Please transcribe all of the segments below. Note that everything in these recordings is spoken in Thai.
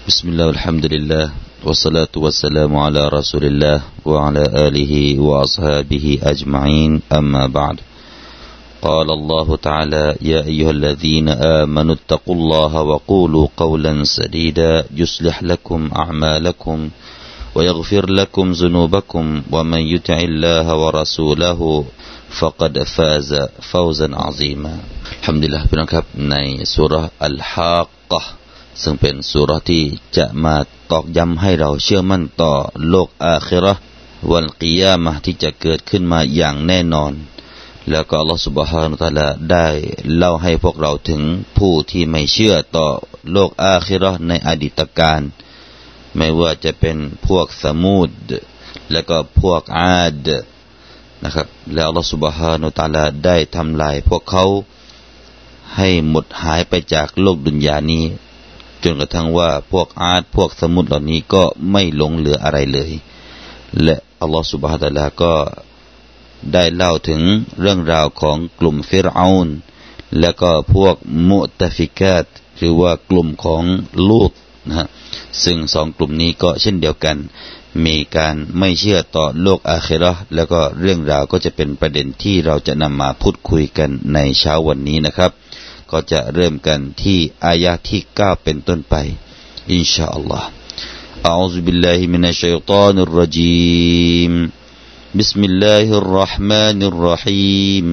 بسم الله والحمد لله والصلاة والسلام على رسول الله وعلى آله وأصحابه أجمعين أما بعد قال الله تعالى يا أيها الذين آمنوا اتقوا الله وقولوا قولا سديدا يصلح لكم أعمالكم ويغفر لكم ذنوبكم ومن يطع الله ورسوله فقد فاز فوزا عظيما الحمد لله พี่น้องครับในซูเราะห์อัลฮากกะห์ซึ่งเป็นซูเราะห์ที่จะมาตอกย้ำให้เราเชื่อมั่นต่อโลกอาคิเราะห์วันกิยามะห์ที่จะเกิดขึ้นมาอย่างแน่นอนแล้วก็อัลเลาะห์ซุบฮานะฮูวะตะอาลาได้เล่าให้พวกเราถึงผู้ที่ไม่เชื่อต่อโลกอาคิเราะห์ในอดีตการไม่ว่าจะเป็นพวกสมูดและก็พวกอาดนะครับแล้วอัลเลาะห์ซุบฮานะฮูวะตะอาลาได้ทำลายพวกเขาให้หมดหายไปจากโลกดุนยานี้จนกระทั่งว่าพวกอาดพวกสมุดเหล่านี้ก็ไม่หลงเหลืออะไรเลยและอัลเลาะห์ซุบฮานะฮูวะตะอาลาก็ได้เล่าถึงเรื่องราวของกลุ่มฟิรเอานและก็พวกมุตะฟิกาตหรือว่ากลุ่มของลูตนะฮะซึ่งสองกลุ่มนี้ก็เช่นเดียวกันมีการไม่เชื่อต่อโลกอาคิเราะห์แล้วก็เรื่องราวก็จะเป็นประเด็นที่เราจะนำมาพูดคุยกันในเช้าวันนี้นะครับก็จะเริ่มกันที่อายะห์ที่9เป็นต้นไปอินชาอัลลอฮ์อะอูซุบิลลาฮิมินัชชัยฏอนิรเราะญีมบิสมิลลาฮิรเราะห์มานิรเราะฮีม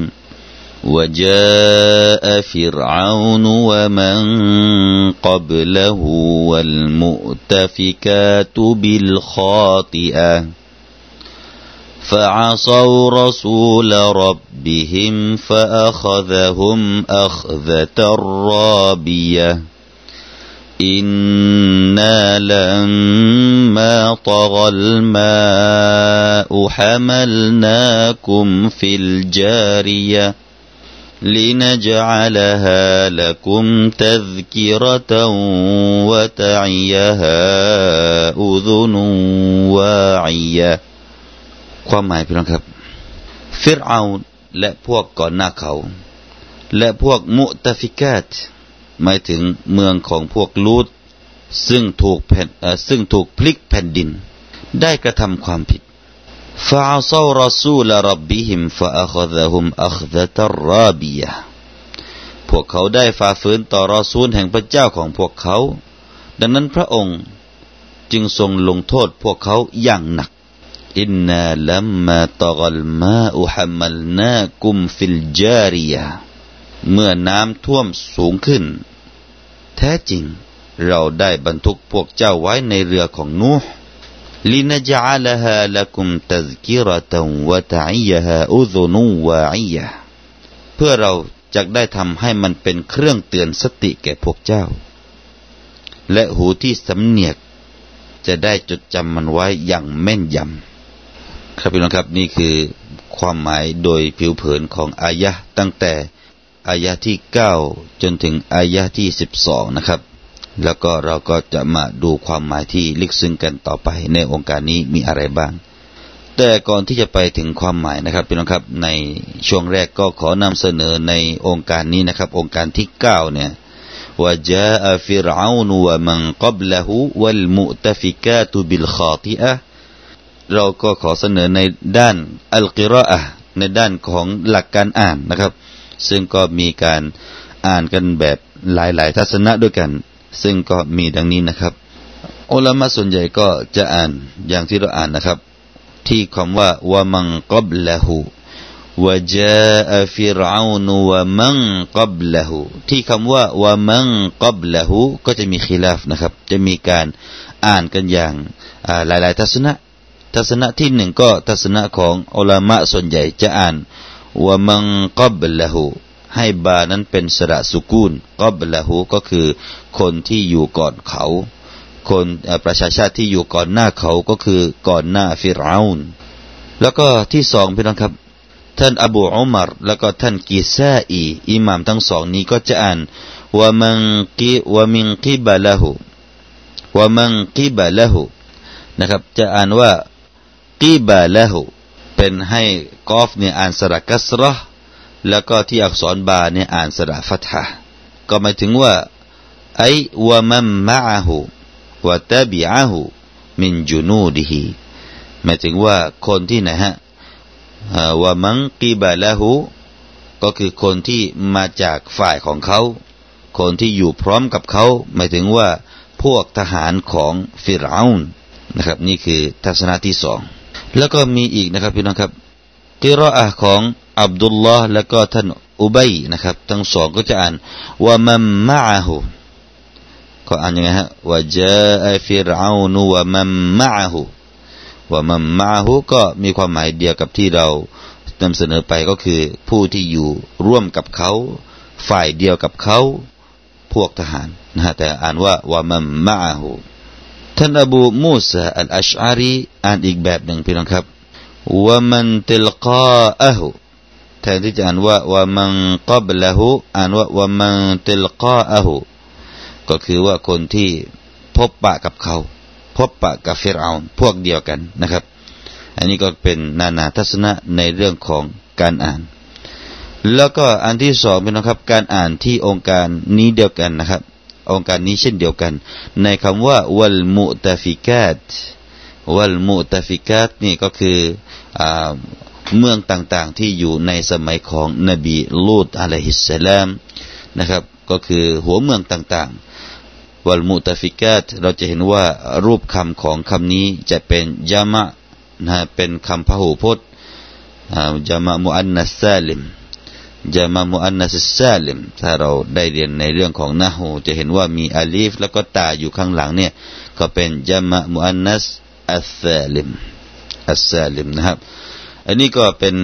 وجاء فرعون ومن قبله والمؤتفكات بالخاطئة فعصوا رسول ربهم فأخذهم أخذة رابية إنا لما طغى الماء حملناكم في الجارية لنجعلها لكم تذكرة وتعيها أذن واعية ความหมายพี่น้องครับฟิรเอานและพวกก่อนหน้าเขาและพวกมุตะฟิกาตหมายถึงเมืองของพวกลูตซึ่งถูกพลิกแผ่นดินได้กระทำความผิดفعصوا رسول ربهم فأخذهم أخذة رابية พวกเขาได้ฝ่าฝืนต่อรอซูลแห่งพระเจ้าของพวกเขาดังนั้นพระองค์จึงทรงลงโทษพวกเขาอย่างหนักอินนาลัมมาตะกัลมาอุฮัมมัลนากุมฟิลจาริยะเมื่อน้ำท่วมสูงขึ้นแท้จริงเราได้บรรทุกพวกเจ้าไว้ในเรือของนูห์لنجعلها لكم تذكرة وتعيها أذن واعية เพื่อเราจะได้ทำให้มันเป็นเครื่องเตือนสติแก่พวกเจ้าและหูที่สำเนียกจะได้จดจำมันไว้อย่างแม่นยำครับพี่น้องครับนี่คือความหมายโดยผิวเผินของอายะห์ตั้งแต่อายะห์ที่9จนถึงอายะห์ที่12นะครับแล้วก็เราก็จะมาดูความหมายที่ลึกซึ้งกันต่อไปในองค์การนี้มีอะไรบ้างแต่ก่อนที่จะไปถึงความหมายนะครับพี่น้องครับในช่วงแรกก็ขอนำเสนอในองค์การนี้นะครับองค์การที่9เนี่ยว่าจาอะฟิรเอานวะมันกับละฮูวัลมุตะฟิกาตุบิลคาติอะห์เราก็ขอเสนอในด้านอัลกิรออะห์ในด้านของหลักการอ่านนะครับซึ่งก็มีการอ่านกันแบบหลายๆทัศนะด้วยกันซึ่งก็มีดังนี้นะครับอุลามะส่วนใหญ่ก็จะอ่านอย่างที่เราอ่านนะครับที่คำว่าวะมันกับละฮูวะจาอะฟิรเอานวะมันกับละฮูที่คำว่าวะมันกับละฮูก็จะมีคิลาฟนะครับจะมีการอ่านกันอย่างหลายๆทัศนะที่หนึ่งก็ทัศนะของอุลามะส่วนใหญ่จะอ่านวะมันกับละฮูให้บานั้นเป็นสระสุกูนกับละฮูก็คือคนที่อยู่ก่อนเขาคนประชาชาติที่อยู่ก่อนหน้าเขาก็คือก่อนหน้าฟิรเอานแล้วก็ที่สองพี่น้องครับท่านอบูอุมัรแล้วก็ท่านกิซาอีอิหม่ามทั้งสองนี้ก็จะอ่านวะมินกิบะละฮูวะมันกิบะละฮูนะครับจะอ่านว่ากิบะละฮูเป็นให้กอฟเนี่ยอ่านสระกัสเราะห์แล้วก็ที่อักษรบาเนี่ยอ่านสระฟัตฮะห์ก็หมายถึงว่าไอวะมันมะอะฮูวะตะบิอะฮูมินจุนูดิฮิหมายถึงว่าคนที่ไหนฮะวะมันกิบะละฮูก็คือคนที่มาจากฝ่ายของเขาคนที่อยู่พร้อมกับเขาหมายถึงว่าพวกทหารของฟิรเอาน์นะครับนี่คือทัศนะที่สองแล้วก็มีอีกนะครับพี่น้องครับกิรออะห์ของอับดุลลอฮ์แล้วก็ท่านอุบัยนะครับทั้งสองก็จะอ่านวะมัมมะอะฮูก็อ่านยังไงฮะวะจาอะฟิรเอานวะมัมมะอะฮูวะมัมมะอะฮูก็มีความหมายเดียวกับที่เรานำเสนอไปก็คือผู้ที่อยู่ร่วมกับเขาฝ่ายเดียวกับเขาพวกทหารนะฮะแต่อ่านว่าวะมัมมะอะฮูท่านอบูมูซาอัลอัชอารีอ่านอีกแบบหนึ่งพี่น้องครับวะมันติลกาอะฮูแทนที่จะอ่านว่าวะมันกับละฮูอ่านว่าวะมันติลกาอะฮูก็คือว่าคนที่พบปะกับเขาพบปะกับฟิรเอาน์พวกเดียวกันนะครับอันนี้ก็เป็นนานาทัศนะในเรื่องของการอ่านแล้วก็อันที่สองเป็นนะครับการอ่านที่องค์การนี้เดียวกันนะครับองค์การนี้เช่นเดียวกันในคำว่าวัลมุตะฟิกาตวัลมุตะฟิกาตนี่ก็คือเมืองต่างๆที่อยู่ในสมัยของนบีลูตอะลัยฮิสสลามนะครับก็คือหัวเมืองต่างๆวัลมุตะฟิกาตเราจะเห็นว่ารูปคำของคำนี้จะเป็นยามะนะเป็นคำพหูพจน์ยามะมุอันนัสซาลิมจามะมุอันนัสซาลิมถ้าเราได้เรียนในเรื่องของนะฮูจะเห็นว่ามีอาลีฟแล้วก็ตาอยู่ข้างหลังเนี่ยก็เป็นจามะมุอันนัสอัสซาลิมนะครับอันนี้ก็เป็น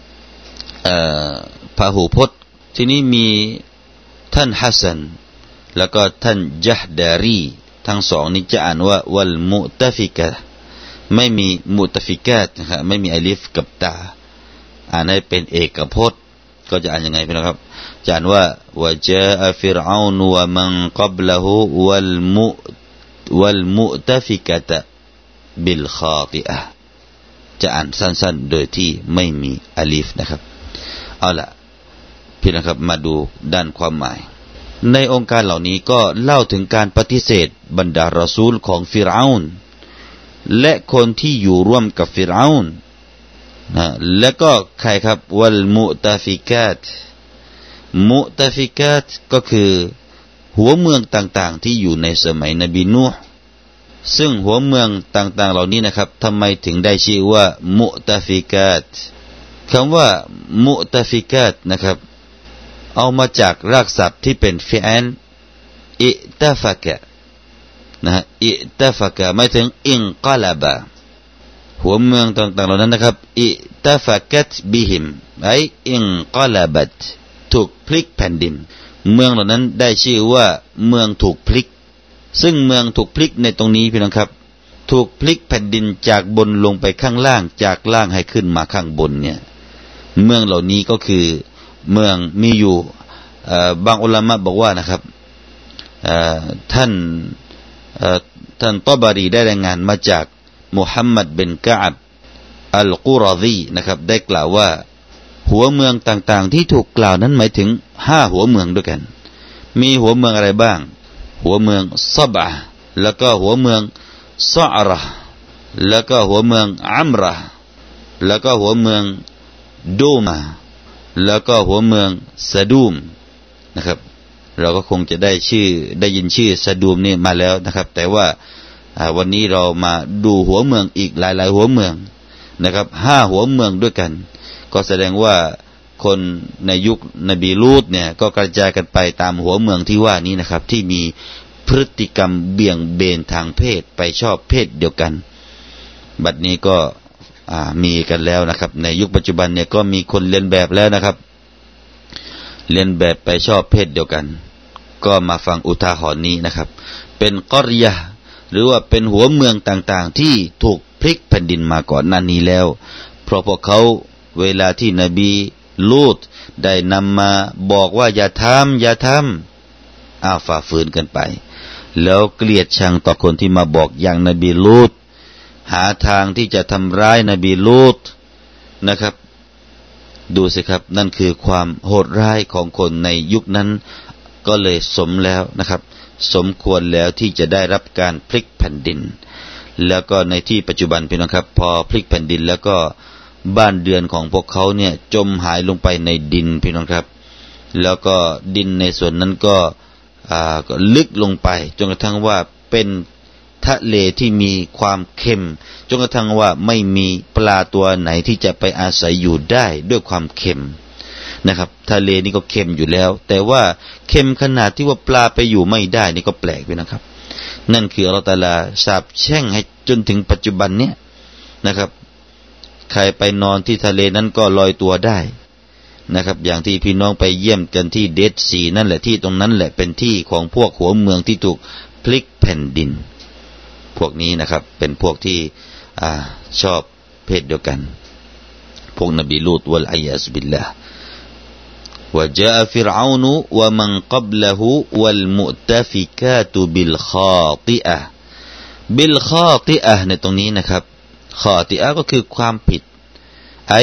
พหูพจน์ที่นี้มีท่านฮัสซันแล้วก็ท่านญะฮ์ดารีทั้งสองนี้จะอ่านว่าวัลมุตะฟิกะไม่มีมุตะฟิกาตนะครับไม่มีอาลีฟกับตาอ่านให้เป็นเอกพจน์ก็จะอ่านยังไงพี่น้องครับจะอ่านว่าวะจาอะฟิรเอานวะมันกับละฮูวัลมุตะฟิกะตะบิลคาติอะห์จะอ่านสั้นๆโดยที่ไม่มีอาลีฟนะครับเอาล่ะพี่นะครับมาดูด้านความหมายในองค์การเหล่านี้ก็เล่าถึงการปฏิเสธบรรดารอซูลของฟิรเอาน์และคนที่อยู่ร่วมกับฟิรเอาน์แล้วก็ใครครับวัลมุตะฟิกาตก็คือหัวเมืองต่างๆที่อยู่ในสมัยนบีนูห์ซึ่งหัวเมืองต่างๆเหล่านี้นะครับทำไมถึงได้ชื่อว่ามุตะฟิกาตคำว่ามุตะฟิกาตนะครับเอามาจากรากศัพท์ที่เป็นฟิอัลอิตะฟะกะนะฮะอิตะฟะกะหมายถึงอินกะลาบะหัวเมืองต่างๆเหล่านั้นนะครับอิตะฟะกัตบิฮิมไออินกะลาบัตถูกพลิกแผ่นดินเมืองเหล่านั้นได้ชื่อว่าเมืองถูกพลิกซึ่งเมืองถูกพลิกในตรงนี้พี่น้องครับถูกพลิกแผ่นดินจากบนลงไปข้างล่างจากล่างให้ขึ้นมาข้างบนเนี่ยเมืองเหล่านี้ก็คือเมืองมีอยู่บางอุลามะบอกว่านะครับท่านตอบารีได้รายงานมาจากมุฮัมมัดบินกะอับอัลกุรอซีนะครับได้กล่าวว่าหัวเมืองต่างๆที่ถูกกล่าวนั้นหมายถึง5หัวเมืองด้วยกันมีหัวเมืองอะไรบ้างหัวเมืองซะบะแล้วก็หัวเมืองซะอะเราะห์แล้วก็หัวเมืองอัมเราะห์แล้วก็หัวเมืองดูมาแล้วก็หัวเมืองซะดูมนะครับเราก็คงจะได้ยินชื่อซะดูมนี่มาแล้วนะครับแต่ว่าวันนี้เรามาดูหัวเมืองอีกหลายๆหัวเมืองนะครับ5หัวเมืองด้วยกันก็แสดงว่าคนในยุคนบีลูตเนี่ยก็กระจายกันไปตามหัวเมืองที่ว่านี้นะครับที่มีพฤติกรรมเบี่ยงเบนทางเพศไปชอบเพศเดียวกันบัดนี้ก็มีกันแล้วนะครับในยุคปัจจุบันเนี่ยก็มีคนเลียนแบบแล้วนะครับเลียนแบบไปชอบเพศเดียวกันก็มาฟังอุทาหรณ์นี้นะครับเป็นกอริยะหรือว่าเป็นหัวเมืองต่างๆที่ถูกพลิกแผ่นดินมาก่อนหน้านี้แล้วเพราะพวกเขาเวลาที่นบีลูตได้นำมาบอกว่าอย่าทำฝ่าฝืนกันไปแล้วเกลียดชังต่อคนที่มาบอกอย่างนบีลูตหาทางที่จะทำร้ายนบีลูตนะครับดูสิครับนั่นคือความโหดร้ายของคนในยุคนั้นก็เลยสมแล้วนะครับสมควรแล้วที่จะได้รับการพลิกแผ่นดินแล้วก็ในที่ปัจจุบันพี่น้องครับพอพลิกแผ่นดินแล้วก็บ้านเรือนของพวกเขาเนี่ยจมหายลงไปในดินพี่น้องครับแล้วก็ดินในส่วนนั้นก็ลึกลงไปจนกระทั่งว่าเป็นทะเลที่มีความเค็มจนกระทั่งว่าไม่มีปลาตัวไหนที่จะไปอาศัยอยู่ได้ด้วยความเค็มนะครับทะเลนี่ก็เค็มอยู่แล้วแต่ว่าเค็มขนาดที่ว่าปลาไปอยู่ไม่ได้นี่ก็แปลกไปนะครับนั่นคืออัลเลาะห์ตะอาลาสาปแช่งให้จนถึงปัจจุบันเนี้ยนะครับใครไปนอนที่ทะเลนั้นก็ลอยตัวได้นะครับอย่างที่พี่น้องไปเยี่ยมกันที่เดดซีนั่นแหละที่ตรงนั้นแหละเป็นที่ของพวกหัวเมืองที่ถูกพลิกแผ่นดินพวกนี้นะครับเป็นพวกที่ชอบเพศเดียวกันพวกนบีลูตวัลอัยยาซบิลลาห์وجاء فرعون ومن قبله والمؤتفكات بالخاطئة بالخاطئة ในตรงนี้นะครับخاطئة ก็คือความผิดไอ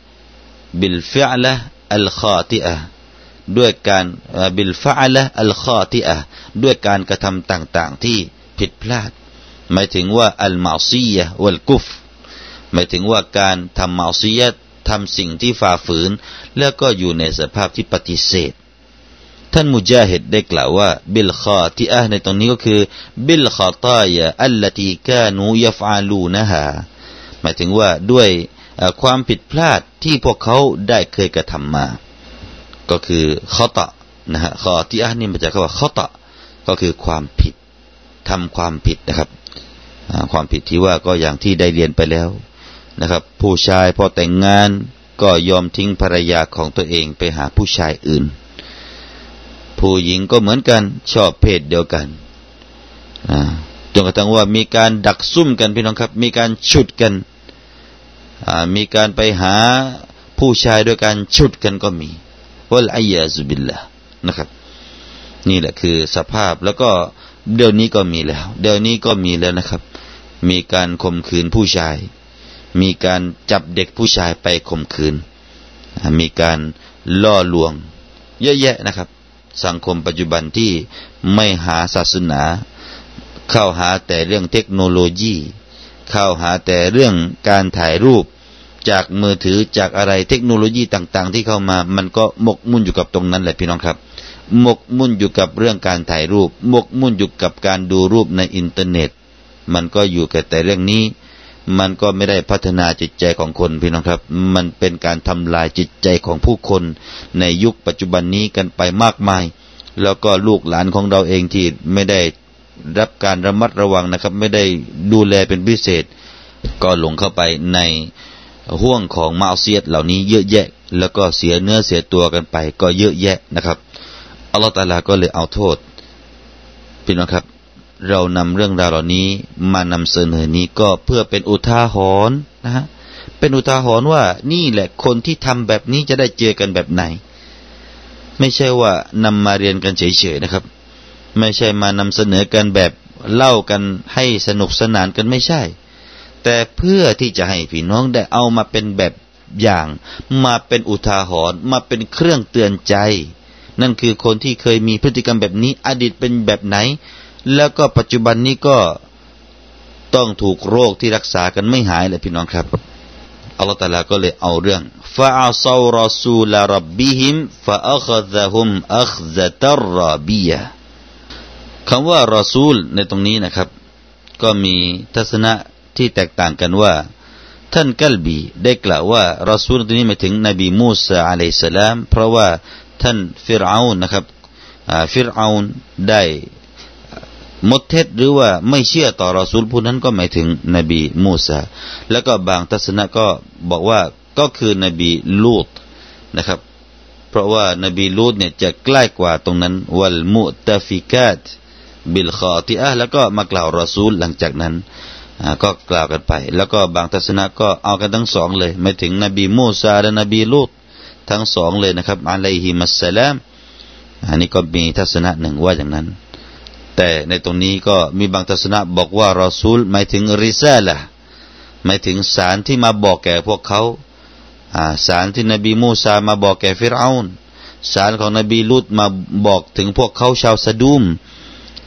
بالفعلة الخاطئة ด้วยการ بالفعلة الخاطئة ด้วยการกระทำต่างๆที่ผิดพลาดหมายถึงว่าอัลมาซียะฮ์วัลกุฟรหมายถึงว่าการทำมาซียะห์ทำสิ่งที่ฝ่าฝืนแล้วก็อยู่ในสภาพที่ปฏิเสธท่านมุจาฮิดได้กล่าวว่าบิลคาติอะห์ในตรงนี้ก็คือบิลคาตายะอัลลตีกานูยัฟอาลูนะฮาหมายถึงว่าด้วยความผิดพลาดที่พวกเขาได้เคยกระทำมาก็คือคอตะนะฮะคาติอะห์นี่มาจากคำว่าคอตะก็คือความผิดทำความผิดนะครับความผิดที่ว่าก็อย่างที่ได้เรียนไปแล้วนะครับผู้ชายพอแต่งงานก็ยอมทิ้งภรรยาของตัวเองไปหาผู้ชายอื่นผู้หญิงก็เหมือนกันชอบเพศเดียวกันจนกระทั่งว่ามีการดักซุ่มกันพี่น้องครับมีการฉุดกันมีการไปหาผู้ชายด้วยการฉุดกันก็มีวัลอัยยาซุบิลลาห์นะครับนี่แหละคือสภาพแล้วก็เดี๋ยวนี้ก็มีแล้วนะครับมีการข่มขืนผู้ชายมีการจับเด็กผู้ชายไปข่มขืนมีการล่อลวงเยอะแยะนะครับสังคมปัจจุบันที่ไม่หาศาสนาเข้าหาแต่เรื่องเทคโนโลยีเข้าหาแต่เรื่องการถ่ายรูปจากมือถือจากอะไรเทคโนโลยีต่างๆที่เข้ามามันก็หมกมุ่นอยู่กับตรงนั้นแหละพี่น้องครับหมกมุ่นอยู่กับเรื่องการถ่ายรูปหมกมุ่นอยู่กับการดูรูปในอินเทอร์เน็ตมันก็อยู่กับแต่เรื่องนี้มันก็ไม่ได้พัฒนาจิตใจของคนพี่น้องครับมันเป็นการทำลายจิตใจของผู้คนในยุคปัจจุบันนี้กันไปมากมายแล้วก็ลูกหลานของเราเองที่ไม่ได้รับการระมัดระวังนะครับไม่ได้ดูแลเป็นพิเศษก็หลงเข้าไปในห่วงของมาอัสยิดเหล่านี้เยอะแยะแล้วก็เสียเนื้อเสียตัวกันไปก็เยอะแยะนะครับอัลเลาะห์ตะอาลาก็เลยเอาโทษพี่น้องครับเรานำเรื่องราวเหล่านี้มานำเสนอนี้ก็เพื่อเป็นอุทาหรณ์นะฮะเป็นอุทาหรณ์ว่านี่แหละคนที่ทำแบบนี้จะได้เจอกันแบบไหนไม่ใช่ว่านำมาเรียนกันเฉยๆนะครับไม่ใช่มานำเสนอกันแบบเล่ากันให้สนุกสนานกันไม่ใช่แต่เพื่อที่จะให้พี่น้องได้เอามาเป็นแบบอย่างมาเป็นอุทาหรณ์มาเป็นเครื่องเตือนใจนั่นคือคนที่เคยมีพฤติกรรมแบบนี้อดีตเป็นแบบไหนแล้วก็ปัจจุบันนี้ก็ต้องถูกโรคที่รักษากันไม่หายเลยพี่น้องครับอัลเลาะห์ตะอาลาก็เลยเอาเรื่องฟะอัศอรอซูลร็อบบิฮิมฟะอัคซะฮุมอัคซะตัรรอบียะคำว่ารอซูลในตรงนี้นะครับก็มีทัศนะที่แตกต่างกันว่าท่านกัลบีได้กล่าวว่ารอซูลตัวนี้หมายถึงนบีมูซาอะลัยฮิสสลามเพราะว่าท่านฟิรเอาน์นะครับฟิรเอาน์ได้มดเท็จหรือว่าไม่เชื่อต่อรอซูลผู้นั้นก็หมายถึงนบีมูซาแล้วก็บางทัศนะก็บอกว่าก็คือนบีลูตนะครับเพราะว่านบีลูตเนี่ยจะใกล้กว่าตรงนั้นวัลมุตะฟิกาตบิลคอติอะห์แล้วก็มากล่าวรอซูลหลังจากนั้นก็กล่าวกันไปแล้วก็บางทัศนะก็เอากันทั้งสองเลยหมายถึงนบีมูซาและนบีลูตทั้งสองเลยนะครับอะลัยฮิมัสสลามอันนี้ก็มีทัศนะหนึ่งว่าอย่างนั้นแต่ในตรงนี้ก็มีบางทัศนะบอกว่ารอซูลหมายถึงริซาละห์หมายถึงสารที่มาบอกแก่พวกเขาสารที่นบีมูซามาบอกแก่ฟิรเอาน์สารของนบีลูตมาบอกถึงพวกเขาชาวซะดูม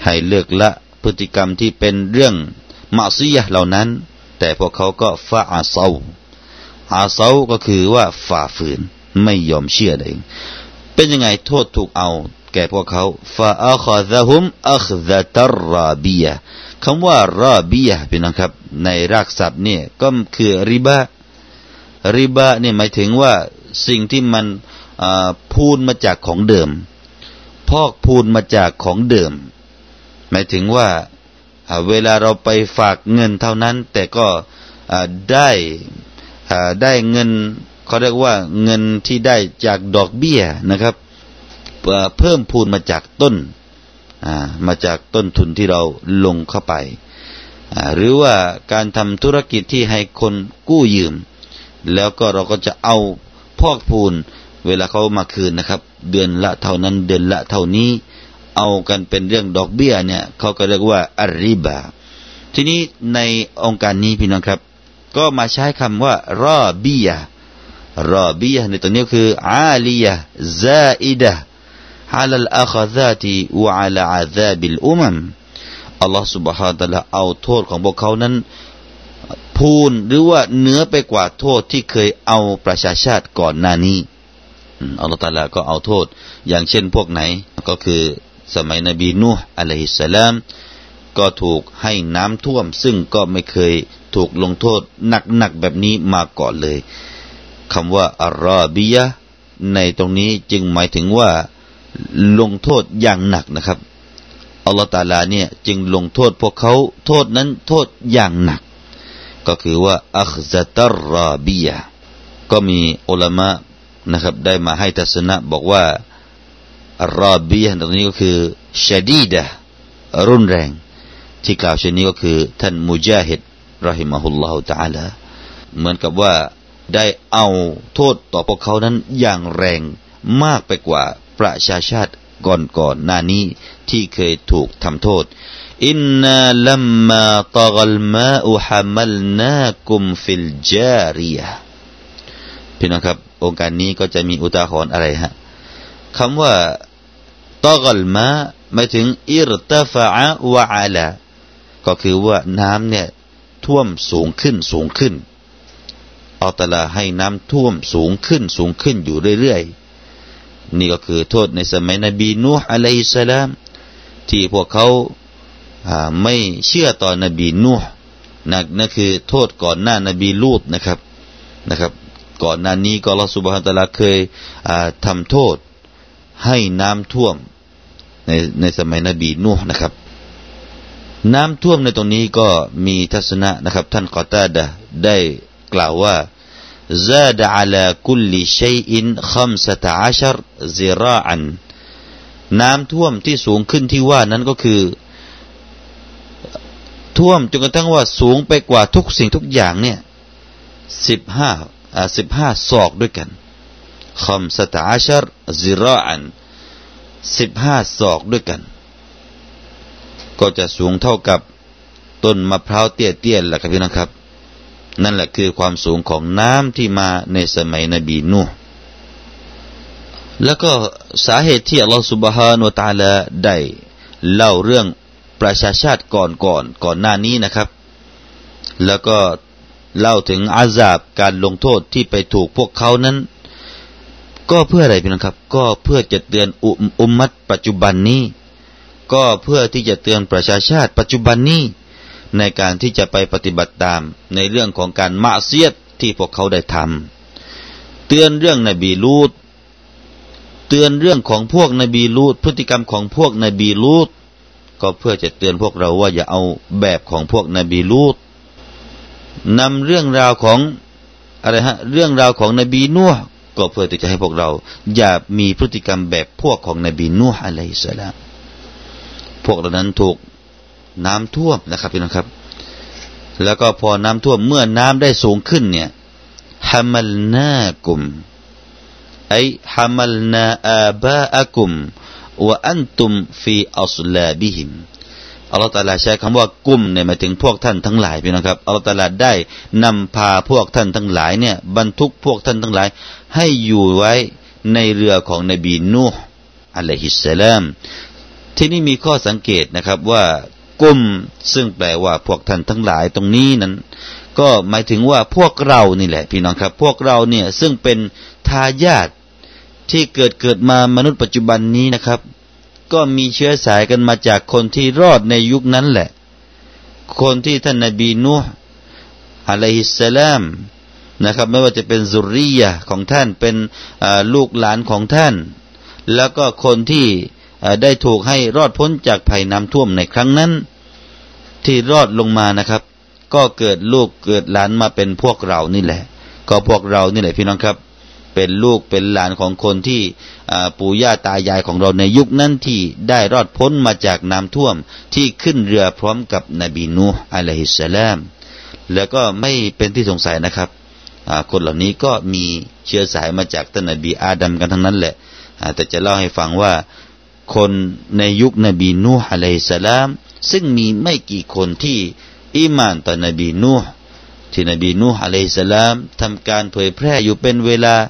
ให้เลิกละพฤติกรรมที่เป็นเรื่องมะซียะห์เหล่านั้นแต่พวกเขาก็ฟะอาเซาก็คือว่าฝ่าฝืนไม่ยอมเชื่อเองเป็นยังไงโทษถูกเอาแก่พวกเขาฟะอัคซะฮุมอัคซะตัรราบียะคำว่ารอบียะพี่น้องครับในรากศัพท์เนี่ยก็คือริบะเนี่ยหมายถึงว่าสิ่งที่มันพูนมาจากของเดิมพอกพูนมาจากของเดิมหมายถึงว่าเวลาเราไปฝากเงินเท่านั้นแต่ก็ได้เงินเขาเรียกว่าเงินที่ได้จากดอกเบี้ยนะครับเพิ่มพูนมาจากต้นมาจากต้นทุนที่เราลงเข้าไปหรือว่าการทำธุรกิจที่ให้คนกู้ยืมแล้วก็เราก็จะเอาพอกพูนเวลาเขามาคืนนะครับเดือนละเท่านั้นเดือนละเท่านี้เอากันเป็นเรื่องดอกเบี้ยเนี่ยเขาก็เรียกว่าอัรริบาทีนี้ในองค์การนี้พี่น้องครับก็มาใช้คำว่ารอบียะในตัวนี้คืออาลียะซาอิดะعلى الأخذات وعلى عذاب الأمم อัลลอฮฺ سبحانه และ تعالى เอาโทษของพวกเขานั้นพูนหรือว่าเหนือไปกว่าโทษที่เคยเอาประชาชาติก่อนหน้านี้อัลลอฮฺ تعالى ก็เอาโทษอย่างเช่นพวกไหนก็คือสมัยนบีนูห์อะลัยฮิสสลามก็ถูกให้น้ำท่วมซึ่งก็ไม่เคยถูกลงโทษหนักแบบนี้มาก่อนเลยคำว่าอัรรอบียะในตรงนี้จึงหมายถึงว่าลงโทษอย่างหนักนะครับอัลลอฮฺตะอาลาเนี่ยจึงลงโทษพวกเขาโทษนั้นโทษอย่างหนักก็คือว่าอัคซะตัรราบียะก็มีอุลามะนะครับได้มาให้ทัศนะบอกว่าอัรราบียะตรงนี้ก็คือชะดีดะรุนแรงที่กล่าวเช่นนี้ก็คือท่านมุจาฮิดเราะฮิมะฮุลลอฮุตะอาลาเหมือนกับว่าได้เอาโทษต่อพวกเขานั้นอย่างแรงมากไปกว่าประชาชาติก่อนหน้านี้ที่เคยถูกทำโทษอินนาลัมมาตะกัลมาอุฮะมัลนากุมฟิลจาริยะพี่น้องครับองค์การนี้ก็จะมีอุทาหรณ์อะไรฮะคำว่าตะกัลมาหมายถึงอิรตะฟะอะวะอะลาก็คือว่าน้ำเนี่ยท่วมสูงขึ้นอัลลอฮฺตะอาลาให้น้ำท่วมสูงขึ้นอยู่เรื่อยๆนี่ก็คือโทษในสมัยนบีนูห์อะลัยฮิสสลามที่พวกเขาไม่เชื่อต่อนบีนูห์นั่นคือโทษก่อนหน้านบีลูตนะครับก่อนหน้านี้ก็อัลเลาะห์ซุบฮานะฮูวะตะอาลาเคยทำโทษให้น้ำท่วมในสมัยนบีนูห์นะครับน้ำท่วมในตรงนี้ก็มีทัศนะนะครับท่านกอตาดะห์ได้กล่าวว่าزاد على كل شيء 15 ذراعا น้ำท่วมที่สูงขึ้นที่ว่านั้นก็คือท่วมจนกระทั่งว่าสูงไปกว่าทุกสิ่งทุกอย่างเนี่ย15ศอกด้วยกัน15 ذراعا 15ศอกด้วยกันก็จะสูงเท่ากับต้นมะพร้าวเตี้ยๆแหละครับพี่น้องครับนั่นแหละคือความสูงของน้ำที่มาในสมัยนบีนูห์แล้วก็สาเหตุที่อัลลอฮฺซุบฮานะฮูวะตะอาลาได้เล่าเรื่องประชาชาติก่อนหน้านี้นะครับแล้วก็เล่าถึงอาซาบการลงโทษที่ไปถูกพวกเขานั้นก็เพื่ออะไรพี่น้องครับก็เพื่อจะเตือนอุมมัตปัจจุบันนี้ก็เพื่อที่จะเตือนประชาชาติปัจจุบันนี้ในการที่จะไปปฏิบัติตามในเรื่องของการมะเสียดที่พวกเขาได้ทำเตือนเรื่องนบีลูตเตือนเรื่องของพวกนบีลูตพฤติกรรมของพวกนบีลูตก็เพื่อจะเตือนพวกเราว่าอย่าเอาแบบของพวกนบีลูตนำเรื่องราวของเรื่องราวของนบีนูห์ก็เพื่อที่จะให้พวกเราอย่ามีพฤติกรรมแบบพวกของนบีนูห์อะลัยฮิสสลามพวกเหล่านั้นถูกน้ำท่วมนะครับพี่น้องครับแล้วก็พอน้ำท่วมเมื่อน้ำได้สูงขึ้นเนี่ยฮะมัลนากุมฮะมัลนาอาบาอะกุมวะอันตุมฟีอัศลาบิฮิมอัลเลาะห์ตะอาลาใช้คำว่ากุมเนี่ยหมายถึงพวกท่านทั้งหลายพี่น้องครับอัลเลาะห์ตะอาลาได้นำพาพวกท่านทั้งหลายเนี่ยบรรทุกพวกท่านทั้งหลายให้อยู่ไว้ในเรือของนบีนูห์อะลัยฮิสสลามที่นี่มีข้อสังเกตนะครับว่ากุมซึ่งแปลว่าพวกท่านทั้งหลายตรงนี้นั้นก็หมายถึงว่าพวกเรานี่แหละพี่น้องครับพวกเราเนี่ยซึ่งเป็นทายาทที่เกิดมามนุษย์ปัจจุบันนี้นะครับก็มีเชื้อสายกันมาจากคนที่รอดในยุคนั้นแหละคนที่ท่านนบีนูห์อะลัยฮิสสลามนะครับไม่ว่าจะเป็นซุรริยะห์ของท่านเป็นลูกหลานของท่านแล้วก็คนที่ได้ถูกให้รอดพ้นจากภัยน้ำท่วมในครั้งนั้นที่รอดลงมานะครับก็เกิดลูกเกิดหลานมาเป็นพวกเรานี่แหละก็พวกเรานี่แหละพี่น้องครับเป็นลูกเป็นหลานของคนที่ปู่ย่าตายายของเราในยุคนั้นที่ได้รอดพ้นมาจากน้ำท่วมที่ขึ้นเรือพร้อมกับนบีนูห์อะลัยฮิสสลามแล้วก็ไม่เป็นที่สงสัยนะครับคนเหล่านี้ก็มีเชื้อสายมาจากท่านนบีอาดัมกันทั้งนั้นแหละแต่จะเล่าให้ฟังว่าคนในยุคนบีนูห์อะลัยฮิสสลามซึ่งมีไม่กี่คนที่อีหม่านต่อนบีนูห์ที่นบีนูห์อะลัยฮิสสลามทำการเผยแพร่อยู่เป็นเวลา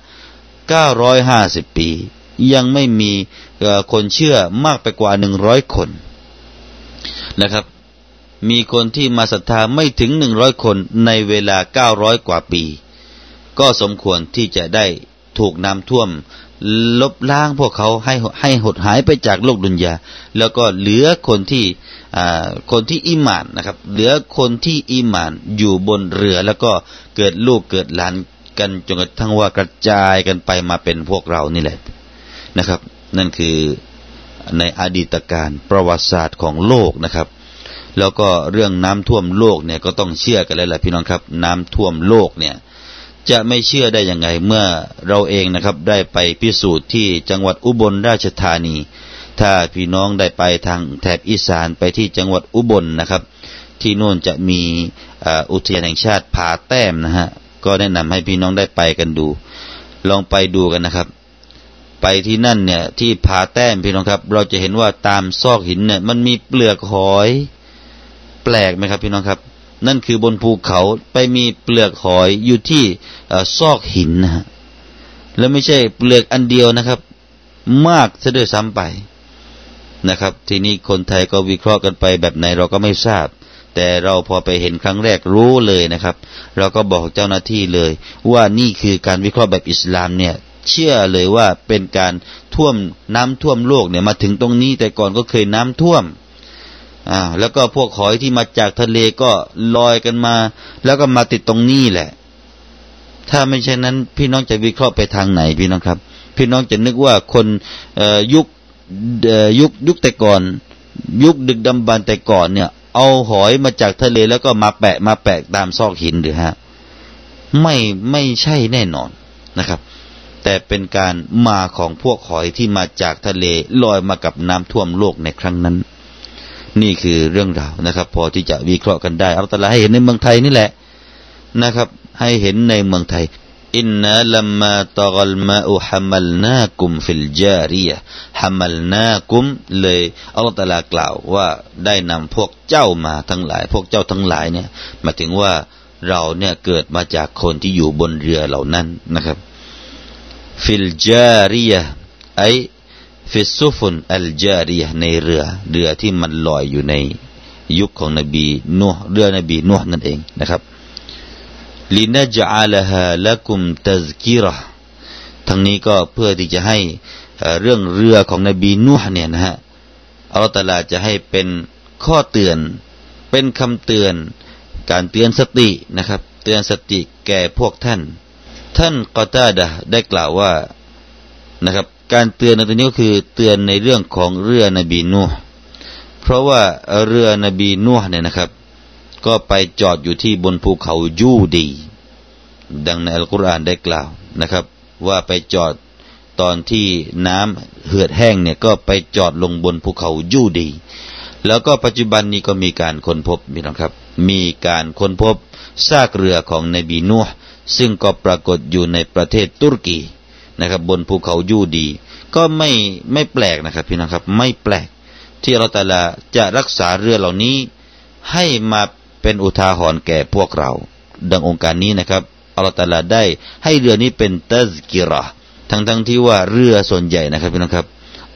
950 ปียังไม่มีคนเชื่อมากไปกว่า100คนนะครับมีคนที่มาศรัทธาไม่ถึง100คนในเวลา900กว่าปีก็สมควรที่จะได้ถูกน้ำท่วมลบล้างพวกเขาให้หดหายไปจากโลกดุนยาแล้วก็เหลือคนที่อีหม่านนะครับเหลือคนที่อีหม่านอยู่บนเรือแล้วก็เกิดลูกเกิดหลานกันจนกระทั่งว่ากระจายกันไปมาเป็นพวกเรานี่แหละนะครับนั่นคือในอดีตการประวัติศาสตร์ของโลกนะครับแล้วก็เรื่องน้ำท่วมโลกเนี่ยก็ต้องเชื่อกันเลยแหละพี่น้องครับน้ำท่วมโลกเนี่ยจะไม่เชื่อได้ยังไงเมื่อเราเองนะครับได้ไปพิสูจน์ที่จังหวัดอุบลราชธานีถ้าพี่น้องได้ไปทางแถบอีสานไปที่จังหวัดอุบลนะครับที่โน่นจะมีอุทยานแห่งชาติผาแต้มนะฮะก็แนะนำให้พี่น้องได้ไปกันดูลองไปดูกันนะครับไปที่นั่นเนี่ยที่ผาแต้มพี่น้องครับเราจะเห็นว่าตามซอกหินเนี่ยมันมีเปลือกหอยแปลกไหมครับพี่น้องครับนั่นคือบนภูเขาไปมีเปลือกหอยอยู่ที่ซอกหินนะฮะแล้วไม่ใช่เปลือกอันเดียวนะครับมากซะด้วยซ้ำไปนะครับทีนี้คนไทยก็วิเคราะห์กันไปแบบไหนเราก็ไม่ทราบแต่เราพอไปเห็นครั้งแรกรู้เลยนะครับเราก็บอกเจ้าหน้าที่เลยว่านี่คือการวิเคราะห์แบบอิสลามเนี่ยเชื่อเลยว่าเป็นการน้ำท่วมโลกเนี่ยมาถึงตรงนี้แต่ก่อนก็เคยน้ำท่วมแล้วก็พวกหอยที่มาจากทะเลก็ลอยกันมาแล้วก็มาติดตรงนี้แหละถ้าไม่ใช่นั้นพี่น้องจะวิเคราะห์ไปทางไหนพี่น้องครับพี่น้องจะนึกว่าคนยุคแต่ก่อนยุคดึกดำบรรพ์แต่ก่อนเนี่ยเอาหอยมาจากทะเลแล้วก็มาแปะตามซอกหินหรือฮะไม่ใช่แน่นอนนะครับแต่เป็นการมาของพวกหอยที่มาจากทะเลลอยมากับน้ำท่วมโลกในครั้งนั้นนี่คือเรื่องราวนะครับพอที่จะวิเคราะห์กันได้อัลเลาะห์ตะอาลาให้เห็นในเมืองไทยนี่แหละนะครับให้เห็นในเมืองไทยอินนาลัมมาตะกัลมาอุฮัมัลนากุมฟิลจาริยะฮัมัลนากุมเลยอัลเลาะห์ตะอาลากล่าวว่าได้นำพวกเจ้ามาทั้งหลายพวกเจ้าทั้งหลายเนี่ยหมายถึงว่าเราเนี่ยเกิดมาจากคนที่อยู่บนเรือเหล่านั้นนะครับฟิลจาริยะไอฟิสซุฟุนอัลจาริยะในเรือที่มันลอยอยู่ในยุคของนบีนูห์เรือนบีนูห์นั่นเองนะครับลินะจอะลฮาละกุมตัซกิเราะห์ทั้งนี้ก็เพื่อที่จะให้เรื่องเรือของนบีนูห์เนี่ยนะฮะอัลเลาะห์ตะอาลาจะให้เป็นข้อเตือนเป็นคำเตือนการเตือนสตินะครับเตือนสติแก่พวกท่านกอตาดะห์ได้กล่าวว่านะครับการเตือนในตรงนี้ก็คือเตือนในเรื่องของเรือนบีนูห์เพราะว่าเรือนบีนูห์เนี่ยนะครับก็ไปจอดอยู่ที่บนภูเขายูดีดังในอัลกุรอานได้กล่าวนะครับว่าไปจอดตอนที่น้ำเหือดแห้งเนี่ยก็ไปจอดลงบนภูเขายูดีแล้วก็ปัจจุบันนี้ก็มีการค้นพบพี่น้องครับมีการค้นพบซากเรือของนบีนูห์ซึ่งก็ปรากฏอยู่ในประเทศตุรกีนะครับบนภูเขายูดีก็ไม่แปลกนะครับพี่น้องครับไม่แปลกที่อัลเลาะห์ตะอาลาจะรักษาเรือเหล่านี้ให้มาเป็นอุทาหรณ์แก่พวกเราดังองค์การนี้นะครับอัลเลาะห์ตะอาลาได้ให้เรือนี้เป็นตัซกิเราะห์ทั้งที่ว่าเรือส่วนใหญ่นะครับพี่น้องครับ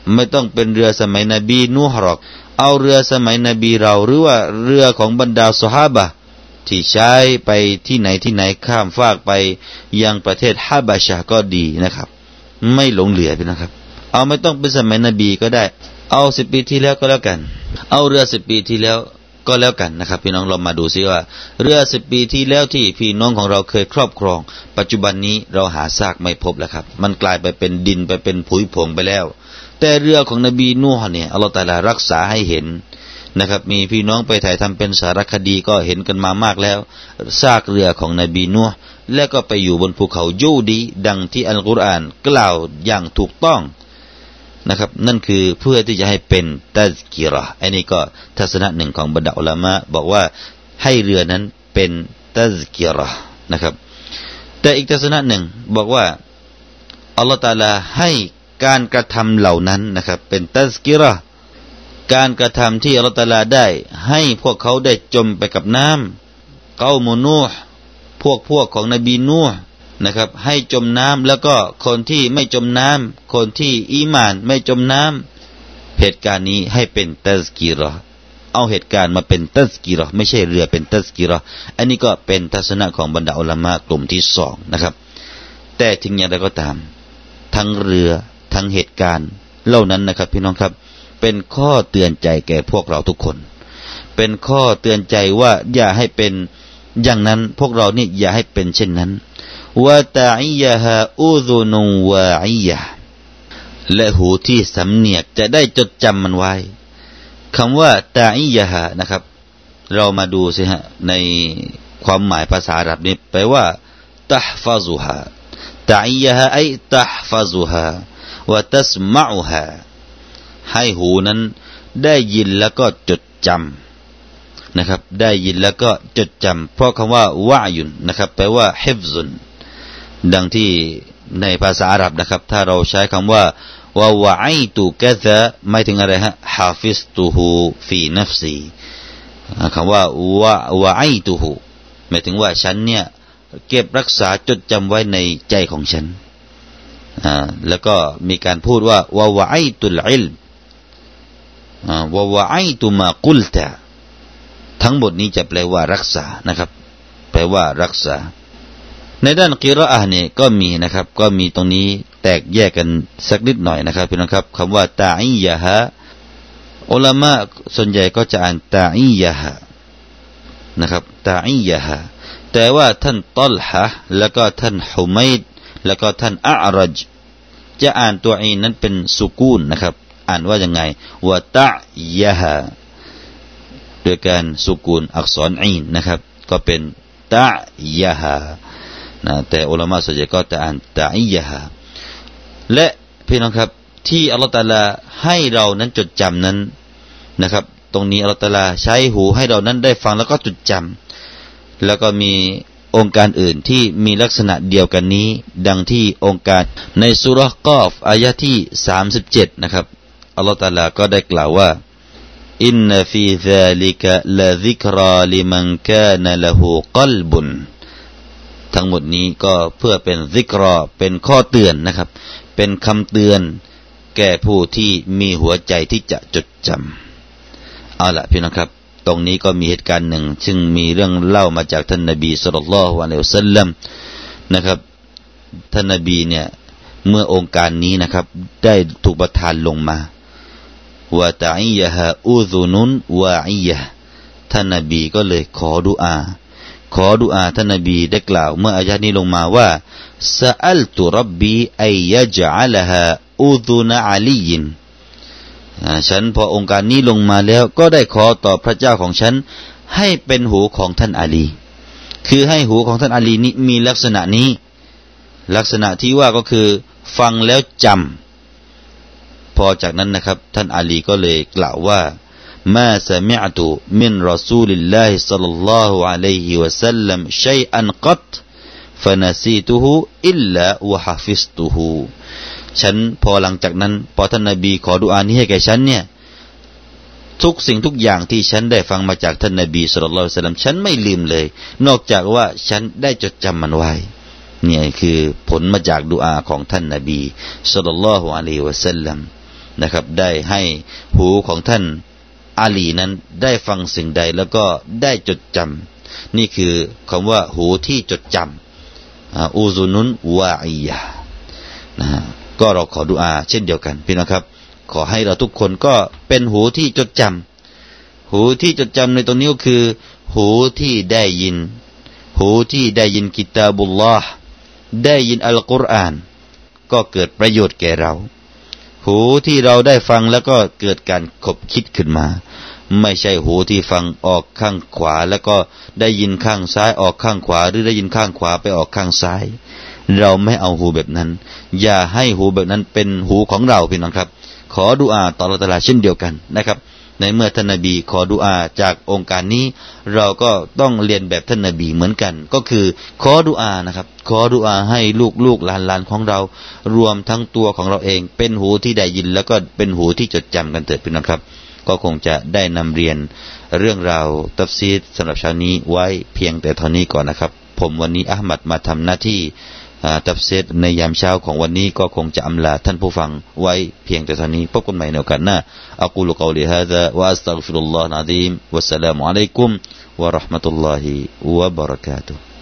ไม่ต้องเป็นเรือสมัยนบีนูฮ์หรอกเอาเรือสมัยนบีเราหรือว่าเรือของบรรดาซอฮาบะห์ที่ใช้ไปที่ไหนที่ไหนข้ามฟากไปยังประเทศฮะบะชะห์ก็ดีนะครับไม่หลงเหลือไปนะครับเอาไม่ต้องเป็นสมัยนบีก็ได้เอา10 ปีที่แล้วก็แล้วกันเอาเรือ10 ปีที่แล้วก็แล้วกันนะครับพี่น้องเรามาดูซิว่าเรือ10 ปีที่แล้วที่พี่น้องของเราเคยครอบครองปัจจุบันนี้เราหาซากไม่พบแล้วครับมันกลายไปเป็นดินไปเป็นผุยผงไปแล้วแต่เรือของนบีนูฮ์เนี่ยอัลเลาะห์ตะอาลารักษาให้เห็นนะครับมีพี่น้องไปถ่ายทำเป็นสารคดีก็เห็นกันมามากแล้วซากเรือของนบีนูฮ์และก็ไปอยู่บนภูเขายูดีดังที่อัลกุรอานกล่าวอย่างถูกต้องนะครับนั่นคือเพื่อที่จะให้เป็นตัซกิเราะห์อันนี้ก็ทัศนะหนึ่งของบรรดาอุลามะบอกว่าให้เรือนั้นเป็นตัซกิเราะห์นะครับแต่อีกทัศนะหนึ่งบอกว่าอัลเลาะห์ตะอาลาให้การกระทำเหล่านั้นนะครับเป็นตัซกิเราะห์การกระทำที่อัลเลาะห์ตะอาลาได้ให้พวกเขาได้จมไปกับน้ำเกามูนูห์พวกของนบีนูห์นะครับให้จมน้ำแล้วก็คนที่ไม่จมน้ำคนที่อีหม่านไม่จมน้ำเหตุการณ์นี้ให้เป็นตัซกีเราะห์เอาเหตุการณ์มาเป็นตัซกีเราะห์ไม่ใช่เรือเป็นตัซกีเราะห์อันนี้ก็เป็นทัศนะของบรรดาอุลามะกลุ่มที่2นะครับแต่ถึงอย่างไรก็ตามทั้งเรือทั้งเหตุการณ์เหล่านั้นนะครับพี่น้องครับเป็นข้อเตือนใจแก่พวกเราทุกคนเป็นข้อเตือนใจว่าอย่าให้เป็นอย่างนั้นพวกเรานี่อย่าให้เป็นเช่นนั้นวะตะอิยะฮาอูซุนุวะอิยะและหูที่สำเนียกจะได้จดจำมันไว้คำว่าตะอิยะฮานะครับเรามาดูสิฮะในความหมายภาษาอาหรับนี่แปลว่าตัห์ฟะซุฮาตะอิยะฮาไอตัห์ฟะซุฮาวะตัสมะอุฮาให้หูนั้นได้ยินแล้วก็จดจำนะครับได้ยินแล้วก็จดจำเพราะคำว่าวะยุนนะครับแปลว่าฮิฟซุนดังที่ในภาษาอาหรับนะครับถ้าเราใช้คำว่าวะไอตุกะซะหมายถึงอะไรฮะฮาฟิซตุฮูฟีนัฟซีคำว่าวะไอตุฮูหมายถึงว่าฉันเนี่ยเก็บรักษาจดจำไว้ในใจของฉันแล้วก็มีการพูดว่าวะไอตุลอิลวะไอตุมากุลตะทั้งหมดนี้จะแปลว่ารักษานะครับแปลว่ารักษาในด้านกิรออะห์เนี่ยก็มีนะครับก็มีตรงนี้แตกแยกกันสักนิดหน่อยนะครับพี่น้องครับคำว่าตาอิยะฮะอุลามะส่วนใหญ่ก็จะอ่านตาอิยะฮะนะครับตาอิยะฮะแต่ว่าท่านตัลฮะแล้วก็ท่านฮุมัยดแล้วก็ท่านอะอรัจจะอ่านตัวอีนนั้นเป็นสุกูนนะครับอ่านว่ายังไงวะตะยะฮะโดยการสุกูนอักษรอีนนะครับก็เป็นตะยะฮะแต่อุลามะส่วนใหญ่ก็จะอ่านตะอิยะฮะและพี่น้องครับที่อัลเลาะห์ตะอาลาให้เรานั้นจดจำนั้นนะครับตรงนี้อัลเลาะห์ตะอาลาใช้หูให้เรานั้นได้ฟังแล้วก็จดจำแล้วก็มีองค์การอื่นที่มีลักษณะเดียวกันนี้ดังที่องค์การในซูเราะห์กอฟอายะห์ที่37นะครับอัลเลาะห์ตะอาลาก็ได้กล่าวว่าอินนะฟีซาลิกะละซิกราลิมันกานะละฮูกัลบุนทั้งหมดนี้ก็เพื่อเป็นซิกราเป็นข้อเตือนนะครับเป็นคำเตือนแก่ผู้ที่มีหัวใจที่จะจดจำเอาล่ะพี่น้องครับตรงนี้ก็มีเหตุการณ์หนึ่งซึ่งมีเรื่องเล่ามาจากท่านนบีศ็อลลัลลอฮุอะลัยฮิวะซัลลัมนะครับท่านนบีเนี่ยเมื่อองค์การนี้นะครับได้ถูกประทานลงมาวะตะอิยะฮาอูซุนุนวะอิยะท่านนบีก็เลยขอดุอาท่านนบีได้กล่าวเมื่ออายะห์นี้ลงมาว่าซะอัลตุร็อบบีอัยยะญะละฮาอูซุนอะลียฉันพอองค์การนี้ลงมาแล้วก็ได้ขอต่อพระเจ้าของฉันให้เป็นหูของท่านอาลีคือให้หูของท่านอาลีนี้มีลักษณะนี้ลักษณะที่ว่าก็คือฟังแล้วจำพอจากนั้นนะครับท่านอาลีก็เลยกล่าวว่ามาซะมิอตุมินรอซูลิลลาฮิศ็อลลัลลอฮุอะลัยฮิวะซัลลัมชัยอันกัตฟะนะซีตุฮูอิลลาวะฮะฟิซตุฮูฉันพอหลังจากนั้นพอท่านนบีขอดุอานี้ให้แก่ฉันเนี่ยทุกสิ่งทุกอย่างที่ฉันได้ฟังมาจากท่านนบีศ็อลลัลลอฮุอะลัยฮิวะซัลลัมฉันไม่ลืมเลยนอกจากว่าฉันได้จดจำมันไว้เนี่ยคือผลมาจากดุอาของท่านนบีศ็อลลัลลอฮุอะลัยฮิวะซัลลัมนะครับได้ให้หูของท่านอาลีนั้นได้ฟังสิ่งใดแล้วก็ได้จดจำนี่คือคำว่าหูที่จดจำอูซุนุนวาอียะนะก็เราขอดุอาเช่นเดียวกันพี่น้องครับขอให้เราทุกคนก็เป็นหูที่จดจำหูที่จดจำในตรงนี้ก็คือหูที่ได้ยินหูที่ได้ยินกิตาบุลลอฮ์ได้ยินอัลกุรอานก็เกิดประโยชน์แก่เราหูที่เราได้ฟังแล้วก็เกิดการคบคิดขึ้นมาไม่ใช่หูที่ฟังออกข้างขวาแล้วก็ได้ยินข้างซ้ายออกข้างขวาหรือได้ยินข้างขวาไปออกข้างซ้ายเราไม่เอาหูแบบนั้นอย่าให้หูแบบนั้นเป็นหูของเราพี่น้องครับขอดุอาต่ออัลเลาะห์ตะอาลาเช่นเดียวกันนะครับในเมื่อท่านนบีขอดุอาจากองค์การนี้เราก็ต้องเรียนแบบท่านนบีเหมือนกันก็คือขอดุอานะครับขอดุอาให้ลูกๆหลานๆของเรารวมทั้งตัวของเราเองเป็นหูที่ได้ยินแล้วก็เป็นหูที่จดจำกันเถิดพี่น้องครับก็คงจะได้นำเรียนเรื่องราวตัฟซีรสำหรับเช้านี้ไว้เพียงแต่เท่านี้ก่อนนะครับผมวันนี้อะห์มัดมาทำหน้าที่ตัฟซีรในยามเช้าของวันนี้ก็คงจะอำลาท่านผู้ฟังไว้เพียงแต่เท่านี้พบกันใหม่ในโอกาสหน้าอะกูลุกอลิฮาซาวะอัสตัฆฟิรุลลอฮ์อะซีมวัสสลามุอะลัยกุมวะเราะห์มะตุลลอฮิวะบะเราะกาตุฮ์